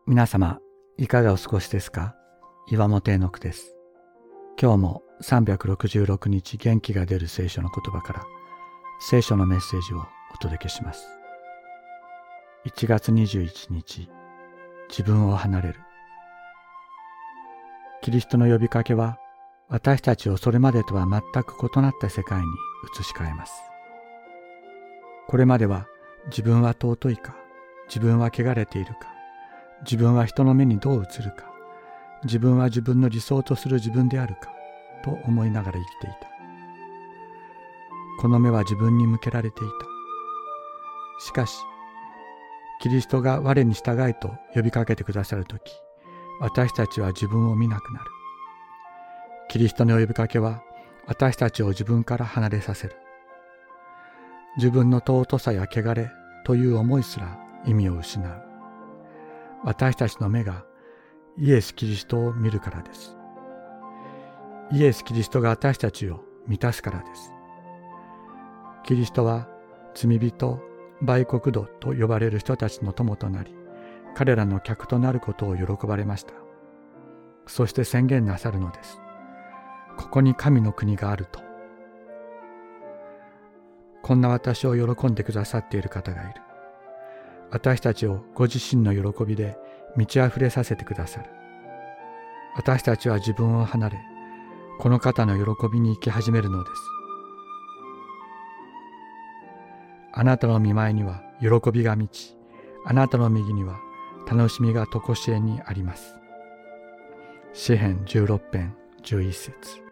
皆様、いかがお過ごしですか？岩本絵の句です。今日も366日元気が出る聖書の言葉から聖書のメッセージをお届けします。1月21日、自分を離れる。キリストの呼びかけは私たちをそれまでとは全く異なった世界に移し替えます。これまでは自分は尊いか、自分は汚れているか、自分は人の目にどう映るか、自分は自分の理想とする自分であるかと思いながら生きていた。この目は自分に向けられていた。しかし、キリストが我に従いと呼びかけてくださるとき、私たちは自分を見なくなる。キリストの呼びかけは私たちを自分から離れさせる。自分の尊さや汚れという思いすら意味を失う。私たちの目がイエス・キリストを見るからです。イエス・キリストが私たちを満たすからです。キリストは罪人、売国奴と呼ばれる人たちの友となり、彼らの客となることを喜ばれました。そして宣言なさるのです。ここに神の国があると。こんな私を喜んでくださっている方がいる。私たちをご自身の喜びで満ち溢れさせてくださる。私たちは自分を離れ、この方の喜びに生き始めるのです。あなたの御前には喜びが満ち、あなたの右には楽しみが常しえにあります。詩編16編11節。